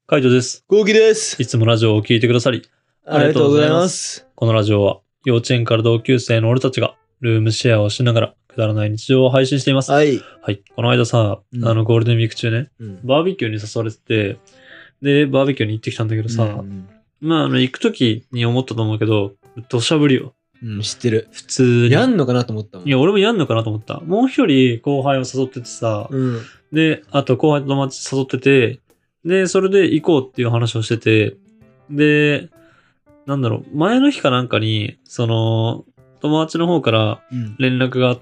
カイトです。 ゴーキです。 いつもラジオを聞いてくださり、 ありがとうございます。 このラジオは、幼稚園から同級生の俺たちが、ルームシェアをしながら、くだらない日常を配信しています。 はい。 はい。この間さ、 うんゴールデンウィーク中ね、 うん。 バーベキューに誘われてて、で、バーベキューに行ってきたんだけどさ、行くときに思ったと思うけど、土砂降りよ。 知ってる。 普通に。 やんのかなと思ったもん。 いや、俺もやんのかなと思った。もう一人後輩を誘っててさ、で、あと後輩と友達誘ってて、で、それで行こうっていう話をしてて、で、前の日かなんかに、友達の方から連絡があって、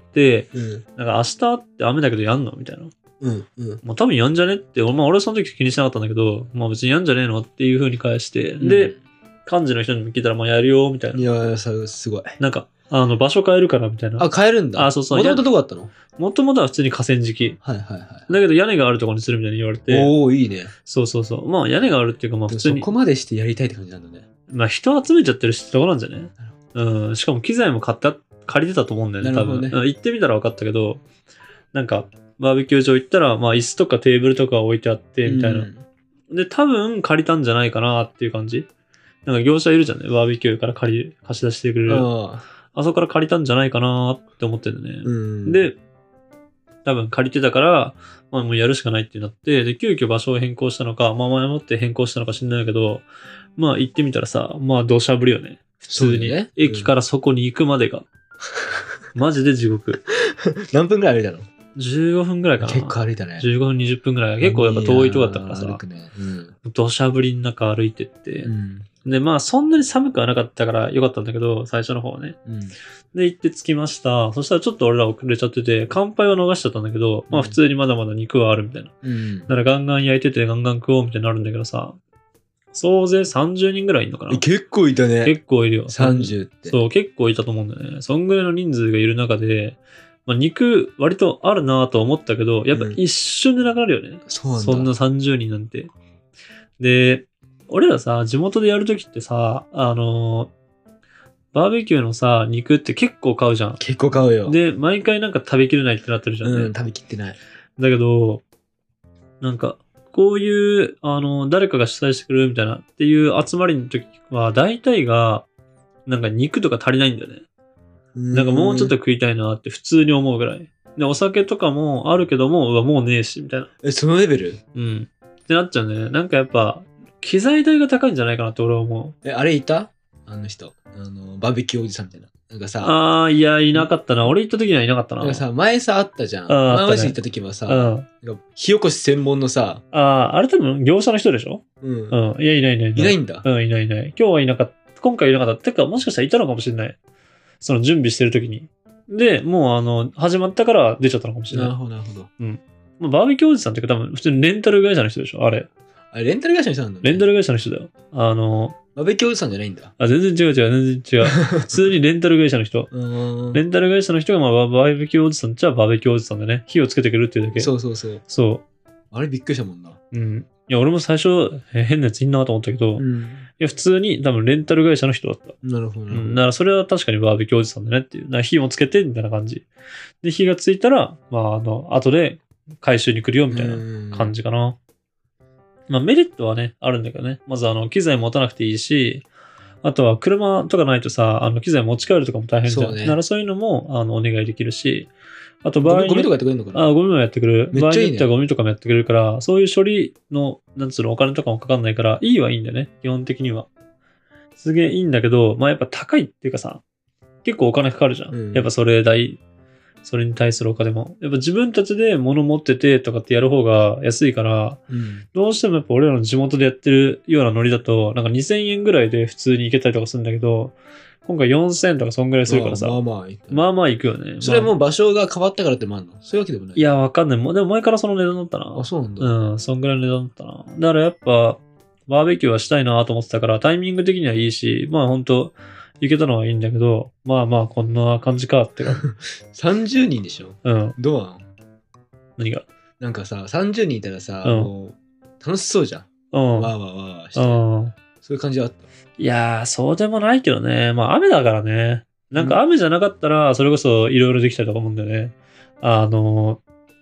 なんか明日って雨だけどやんのみたいな。もう多分やんじゃねって、俺はその時気にしなかったんだけど、まあ別にやんじゃねえのっていう風に返して、で、幹事の人にも聞いたら、まあやるよ、みたいな。 いや、すごい。 なんか、場所変えるから、みたいな。 あ、変えるんだ。 そうそう。 もともとどこだったの？ もともとは普通に河川敷。 はいはいはい。 だけど屋根があるところにするみたいに言われて。 おー、いいね。 そうそうそう。まあ屋根があるっていうか、まあ普通に。 そこまでしてやりたいって感じなんだね。 まあ人集めちゃってるし、とこなんじゃね。しかも機材も借りてたと思うんだよね、多分。行ってみたら分かったけど、なんか、バーベキュー場行ったら、まあ椅子とかテーブルとか置いてあって、みたいな。で、多分借りたんじゃないかなっていう感じ。なんか業者いるじゃんね。バーベキューから貸し出してくれる。あそこから借りたんじゃないかなって思ってるね。で、多分借りてたから、まあもうやるしかないってなって、で、急遽場所を変更したのか、まあ前もって変更したのか知んないけど、まあ行ってみたらさ、まあ土砂降りよね。普通に。駅からそこに行くまでが。マジで地獄。 何分くらい歩いたの ？15分くらいかな。 結構歩いたね。 15分、20分くらい。結構やっぱ遠いとこだったからさ。 歩くね。 土砂降りの中歩いてって。で、まあそんなに寒くはなかったからよかったんだけど、最初の方はね。で、行って着きました。そしたらちょっと俺ら遅れちゃってて、乾杯は逃しちゃったんだけど、まあ普通にまだまだ肉はあるみたいな。だからガンガン焼いててガンガン食おうみたいになるんだけどさ、総勢30人ぐらいいんのかな。 結構いたね。 結構いるよ。 30って。 そう、結構いたと思うんだよね。そんぐらいの人数がいる中で、まあ、肉割とあるなぁと思ったけど、やっぱ一瞬でなくなるよね。そんな30人なんて。で、俺らさ、地元でやるときってさ、バーベキューのさ、肉って結構買うじゃん。 結構買うよ。 で、毎回なんか食べきれないってなってるじゃんね。 食べきってない。 だけど、なんか、こういう、誰かが主催してくれるみたいなっていう集まりの時は、大体が、なんか肉とか足りないんだよね。なんかもうちょっと食いたいなって普通に思うぐらい。で、お酒とかもあるけども、もうねえし、みたいな。 そのレベル？ ってなっちゃうね。なんかやっぱ、機材代が高いんじゃないかなって俺は思う。 あれいた？あの人。バーベキューおじさんみたいな。なんかさ。 いや、いなかったな。俺行った時にはいなかったな。 なんかさ、前さ、あったじゃん。前まで行った時はさ、火起こし専門のさ。 あれ多分業者の人でしょ？いや、いない。 いないんだ。 いない。今日はいなかった。今回いなかった。てか、もしかしたらいたのかもしれない。その準備してる時に。で、もう始まったから出ちゃったのかもしれない。 なるほど。 まあ、バーベキューおじさんってか多分普通にレンタル会社の人でしょ？あれ。 レンタル会社の人なんだね。 レンタル会社の人だよ。 バーベキューおじさんじゃないんだ。 全然違う。普通にレンタル会社の人。レンタル会社の人がまあバーベキューおじさんっちゃバーベキューおじさんだね。火をつけてくるっていうだけ。 そう。 そう。 あれびっくりしたもんな。 いや、俺も最初変なやついんなと思ったけど、いや、普通に多分レンタル会社の人だった。 なるほど。だからそれは確かにバーベキューおじさんだねっていう。火をつけてみたいな感じ。で、火がついたら、まあ後で回収に来るよみたいな感じかな。まあメリットはね、あるんだけどね。まず機材持たなくていいし、あとは車とかないとさ、機材持ち帰るとかも大変じゃん。ならそういうのも、お願いできるし、あと場合に。 ゴミとかやってくれるのかな？ ゴミもやってくれる。 めっちゃいいね。 場合によってはゴミとかもやってくれるから、そういう処理の、お金とかもかかんないから、いいはいいんだよね。基本的には。すげえいいんだけど、まあやっぱ高いっていうかさ、結構お金かかるじゃん。やっぱそれに対するお金も。やっぱ自分たちで物持っててとかってやる方が安いから、どうしてもやっぱ俺らの地元でやってるようなノリだと、なんか2000円ぐらいで普通に行けたりとかするんだけど、今回4000円とかそんぐらいするからさ。まあ行くよね。 それはもう場所が変わったからってもあるの？そういうわけでもない？ いや、わかんない。でも前からその値段だったな。 そうなんだ。 そんぐらいの値段だったな。だからやっぱ、バーベキューはしたいなと思ってたから、タイミング的にはいいし、まあほんと、行けたのはいいんだけど、まあこんな感じかってか。 30人でしょ？どうなの？何が？なんかさ、30人いたらさ、もう楽しそうじゃん。わーして。そういう感じはあった？ いやー、そうでもないけどね。まあ雨だからね。なんか雨じゃなかったら、それこそいろいろできたりとか思うんだよね。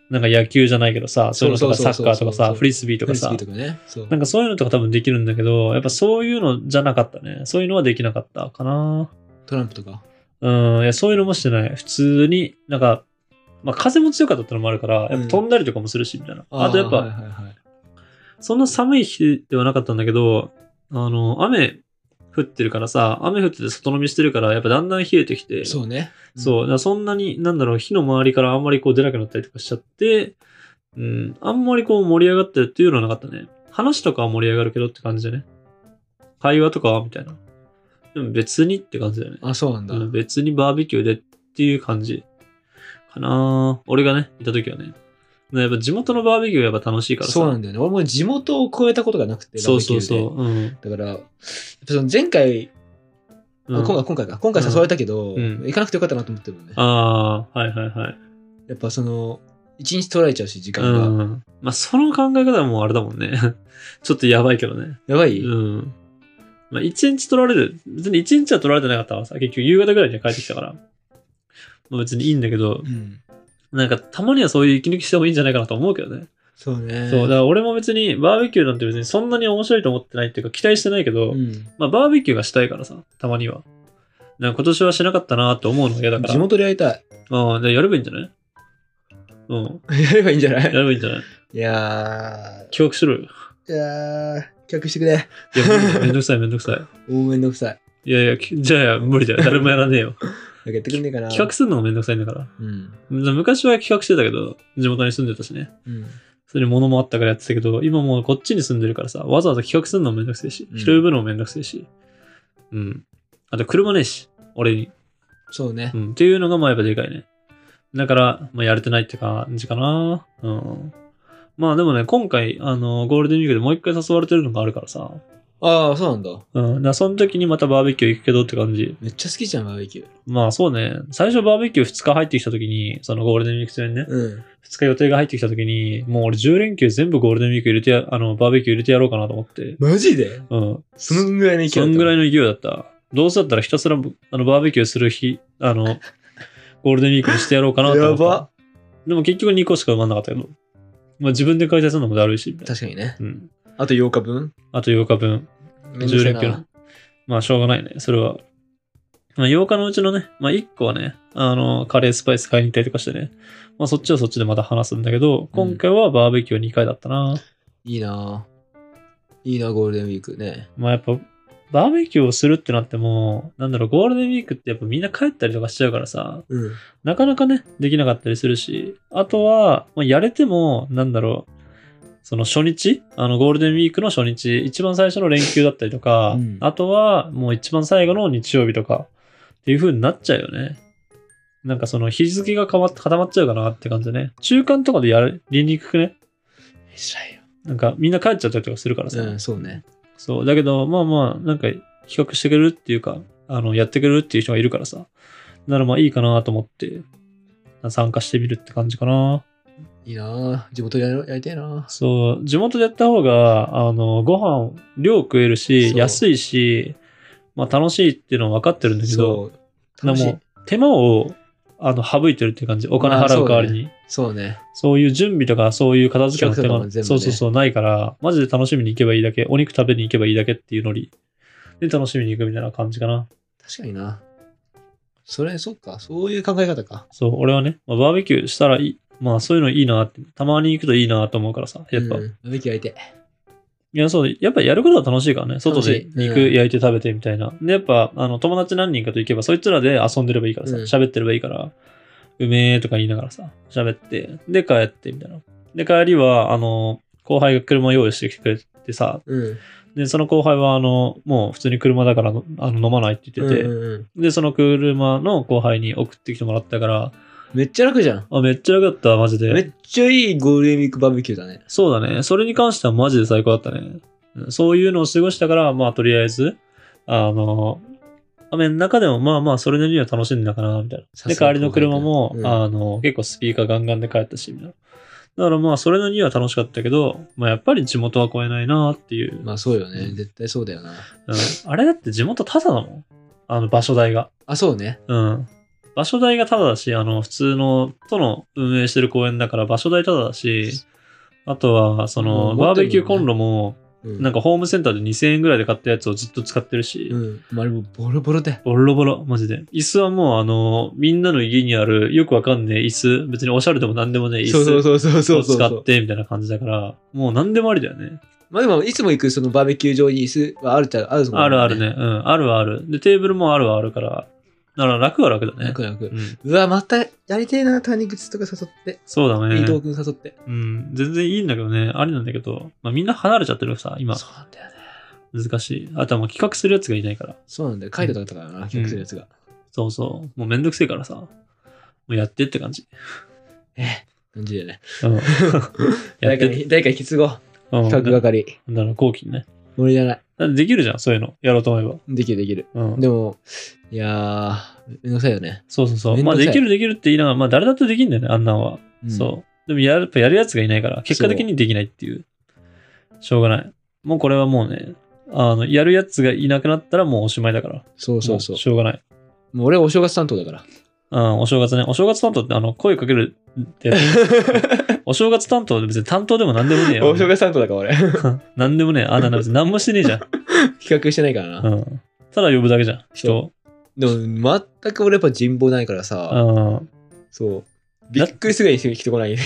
なんか野球じゃないけどさ、そういうのとかサッカーとかさ、フリスビーとかさ、 ね、 なんかそういうのとか多分できるんだけど、やっぱそういうのじゃなかったね。そういうのはできなかったかな。 トランプとかいや、そういうのもしてない。普通に、なんか、まあ風も強かったってのもあるから、やっぱ飛んだりとかもするし、みたいな。あとやっぱ、そんな寒い日ではなかったんだけど、雨降ってるからさ、雨降ってて外飲みしてるから、やっぱだんだん冷えてきて。 そうね。 そう。そんなに、火の周りからあんまりこう出なくなったりとかしちゃって、あんまりこう盛り上がってるっていうのはなかったね。話とかは盛り上がるけどって感じでね。会話とかはみたいな。でも別にって感じだよね。 あ、そうなんだ。 別にバーベキューでっていう感じかな。俺がね、いた時はね。やっぱ地元のバーベキューがやっぱ楽しいからさ。 そうなんだよね。俺も地元を超えたことがなくて、 そうそうそう。 だから、その前回、今回誘われたけど、行かなくてよかったなと思ってるもんね。 ああ、はいはいはい。 やっぱその、一日取られちゃうし、時間が。 まあ、その考え方はもうあれだもんね。ちょっとやばいけどね。 やばい？ まあ、一日取られる。別に一日は取られてなかったからさ、結局夕方ぐらいには帰ってきたから。まあ、別にいいんだけど、なんかたまにはそういう息抜きしてもいいんじゃないかなと思うけどね。 そうね。 そう、だから俺も別にバーベキューなんて別にそんなに面白いと思ってないっていうか期待してないけど、まあバーベキューがしたいからさ、たまには。なんか今年はしなかったなって思うのが嫌だから。 地元でやりたい。 ああ、じゃあやればいいんじゃない？ やればいいんじゃない？ やればいいんじゃない？ いやー。 企画しろよ。 いやー、企画してくれ。 いや、めんどくさいめんどくさい。 めんどくさい。 いやいや、じゃあ無理だよ。誰もやらねえよ。 やってくんねえかな。 企画するのがめんどくさいんだから。昔は企画してたけど、地元に住んでたしね。それに物もあったからやってたけど、今もうこっちに住んでるからさ、わざわざ企画するのもめんどくせえし、人呼ぶのもめんどくせえし。あと車ねえし、俺に。 そうね。 っていうのがまあやっぱでかいね。だから、まあやれてないって感じかな。まあでもね、今回、ゴールデンウィークでもう一回誘われてるのがあるからさ。 ああ、そうなんだ。 だからその時にまたバーベキュー行くけどって感じ。 めっちゃ好きじゃん、バーベキュー。 まあそうね。最初バーベキュー2日入ってきた時に、そのゴールデンウィーク中にね。2日予定が入ってきた時に、もう俺10連休全部ゴールデンウィーク入れてバーベキュー入れてやろうかなと思って。 マジで？そんぐらいの勢いだった。 そんぐらいの勢いだった。どうせだったらひたすらバーベキューする日、ゴールデンウィークにしてやろうかなと思った。やば。でも結局2個しか埋まんなかったけど。まあ自分で開催するのもだるいし。 確かにね。あと8日分？ あと8日分。10連休の。まあしょうがないね。それは。まあ8日のうちのね、まあ1個はね、カレースパイス買いに行ったりとかしてね。まあそっちはそっちでまた話すんだけど、今回はバーベキュー2回だったな。 いいなゴールデンウィークね。 まあやっぱ、バーベキューをするってなっても、ゴールデンウィークってやっぱみんな帰ったりとかしちゃうからさ、なかなかね、できなかったりするし、あとは、まあ、やれても、その初日ゴールデンウィークの初日、一番最初の連休だったりとか、あとはもう一番最後の日曜日とか、っていう風になっちゃうよね。なんかその日付が固まっちゃうかなって感じでね。中間とかでやりにくくね。なんかみんな帰っちゃったりとかするからさ。 そうね。 そう。だけど、まあまあ、なんか企画してくれるっていうか、やってくれるっていう人がいるからさ。だからまあいいかなと思って、参加してみるって感じかな。 いいな地元でやりたいな。 そう。地元でやった方が、ご飯、量食えるし、安いし、まあ楽しいっていうのは分かってるんだけど、もう手間を省いてるっていう感じ。お金払う代わりに。 そうね。 そういう準備とか、そういう片付けの手間、そう、ないから、マジで楽しみに行けばいいだけ、お肉食べに行けばいいだけっていうノリで楽しみに行くみたいな感じかな。 確かにな。そっか。そういう考え方か。 そう、俺はね、まあ、バーベキューしたらいい。まあそういうのいいなって、たまに行くといいなと思うからさ、やっぱ。 バーベキューやりて。 いや、そう、やっぱやることは楽しいからね。外で肉焼いて食べてみたいな。で、やっぱ、友達何人かと行けば、そいつらで遊んでればいいからさ、喋ってればいいから、うめーとか言いながらさ、喋って、で、帰ってみたいな。で、帰りは、後輩が車用意してきてくれてさ、で、その後輩は、もう普通に車だから、飲まないって言ってて、で、その車の後輩に送ってきてもらったから、 めっちゃ楽じゃん。 めっちゃ楽だった、マジで。 めっちゃいいゴールデンウィークバーベキューだね。 そうだね。それに関してはマジで最高だったね。そういうのを過ごしたから、まあ、とりあえず、雨の中でもまあまあ、それなりには楽しんだかな、みたいな。で、帰りの車も、結構スピーカーガンガンで帰ったし、みたいな。だからまあ、それなりには楽しかったけど、まあ、やっぱり地元は超えないなっていう。 まあ、そうよね。絶対そうだよな。 あれだって地元タダだもん。場所代が。 そうね。 場所代がタダだし、普通の都の運営してる公園だから場所代タダだし、あとは、バーベキューコンロも、なんかホームセンターで2000円ぐらいで買ったやつをずっと使ってるし。 あれもボロボロで。 ボロボロ、マジで。椅子はもうみんなの家にあるよくわかんねえ椅子、別におしゃれでもなんでもねえ椅子を使ってみたいな感じだから、もうなんでもありだよね。 まあでも、いつも行くそのバーベキュー場に椅子はあるっちゃあるもんね。 あるあるね。あるはある。で、テーブルもあるはあるから、だから楽は楽だね。 楽。うわ、またやりてえな、谷口とか誘って。 そうだね。 伊藤くん誘って。 全然いいんだけどね。ありなんだけど、まあみんな離れちゃってるさ、今。 そうなんだよね。 難しい。あとはもう企画するやつがいないから。 そうなんだよ。カイトだったからな、企画するやつが。 そうそう。もうめんどくせえからさ。もうやってって感じ。 感じだよね。 誰か引き継ごう。企画係。 だから後期ね。 俺じゃない。 できるじゃん、そういうの。やろうと思えば。 できる。でも、いやー、めんどくさいよね。 そう。まあできるって言いながら、まあ誰だってできんだよね、あんなんは。そう。でもやるやつがいないから、結果的にできないっていう。しょうがない。もうこれはもうね、やるやつがいなくなったらもうおしまいだから。 そう。しょうがない。 もう俺はお正月担当だから。 お正月ね。お正月担当って声かけるってやつ。お正月担当で別に担当でも何でもねえよ。 お正月担当だから俺。 何でもねえ。別に何もしてねえじゃん。 企画してないからな。 ただ呼ぶだけじゃん、人。 でも全く俺やっぱ人望ないからさ。そう。びっくりするぐらい人来ない。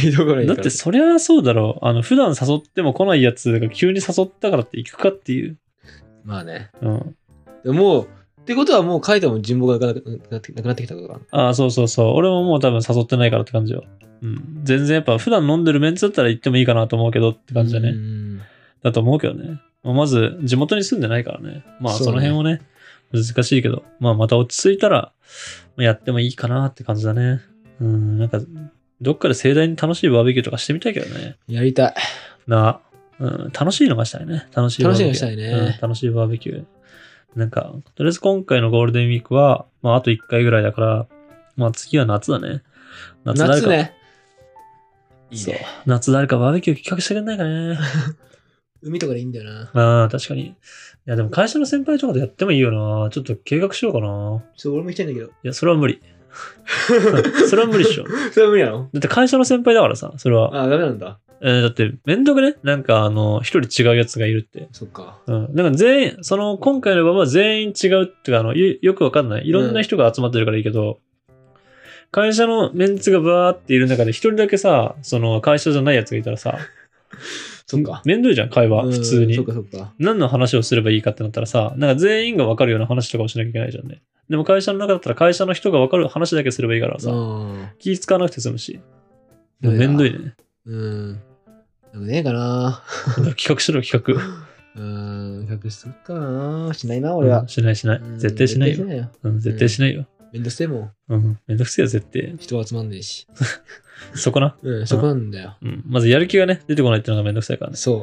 だってそりゃそうだろう。普段誘っても来ないやつが急に誘ったからって行くかっていう。 まあね。でもってことはもう書いても人望がなくなってきたことか。 そう。俺ももう多分誘ってないからって感じよ。全然やっぱ普段飲んでるメンツだったら行ってもいいかなと思うけどって感じだね。だと思うけどね。まず地元に住んでないからね。まあその辺をね、難しいけど、まあまた落ち着いたらやってもいいかなって感じだね。なんかどっかで盛大に楽しいバーベキューとかしてみたいけどね。 やりたい。 楽しいのがしたいね。楽しいバーベキュー。 楽しいのがしたいね。 楽しいバーベキュー。なんか、とりあえず今回のゴールデンウィークは、まああと1回ぐらいだから、まあ次は夏だね。 夏ね。いいね。 そう。夏誰かバーベキュー企画してくんないかね。 海とかでいいんだよな。 確かに。いやでも会社の先輩とかでやってもいいよな。ちょっと計画しようかな。 そう、俺も行きたいんだけど。いや、それは無理。それは無理っしょ。 それは無理なの？ だって会社の先輩だからさ、それは。 ダメなんだ。 だってめんどくね？なんか一人違うやつがいるって。 そっか。 なんか全員、今回の場は全員違うっていうか、よくわかんない。いろんな人が集まってるからいいけど、会社のメンツがバーっている中で一人だけさ、会社じゃないやつがいたらさ、 そっか。 めんどいじゃん、会話、普通に。 そっか。 何の話をすればいいかってなったらさ、なんか全員がわかるような話とかをしなきゃいけないじゃんね。でも会社の中だったら会社の人がわかる話だけすればいいからさ、気使わなくて済むし。でもめんどいね。 でもねえかな。 企画しろ、企画。 企画するかな。しないな、俺は。 しない。絶対しないよ。絶対しないよ。 めんどくせえもん。めんどくせえよ、絶対。 人集まんねえし。 そこな。 そこなんだよ。 まずやる気がね、出てこないっていうのがめんどくさいからね。 そう。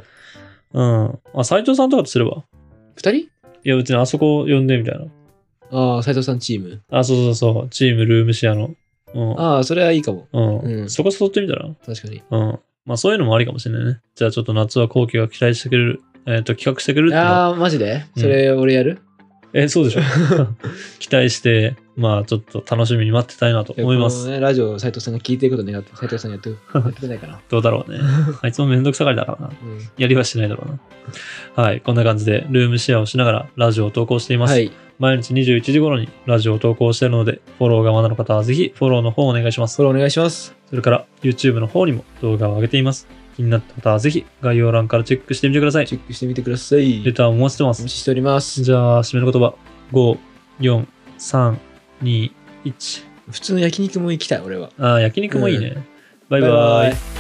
斉藤さんとかとすれば。 2人？ いや、別にあそこ呼んでみたいな。斉藤さんチーム。 そう。チームルームシェアの。 それはいいかも。 そこ誘ってみたら。 確かに。 まあそういうのもありかもしれないね。じゃあちょっと夏は後期が期待してくれる、企画してくれるってマジで？それ俺やる？ そうでしょ。期待して、まあちょっと楽しみに待ってたいなと思います。 ラジオ斉藤さんが聞いていくこと願って、斉藤さんやってくれないかな。 どうだろうね。あいつもめんどくさがりだからな。やりはしないだろうな。はい。こんな感じでルームシェアをしながらラジオを投稿しています。はい。毎日21時頃にラジオを投稿しているので、フォローがまだの方はぜひフォローの方をお願いします。 フォローお願いします。 それから YouTube の方にも動画を上げています。気になった方はぜひ概要欄からチェックしてみてください。 チェックしてみてください。 レターもお待ちしてます。 お待ちしております。 じゃあ、締めの言葉。5、4、3、2、1。 普通の焼肉も行きたい、俺は。 焼肉もいいね。バイバイ。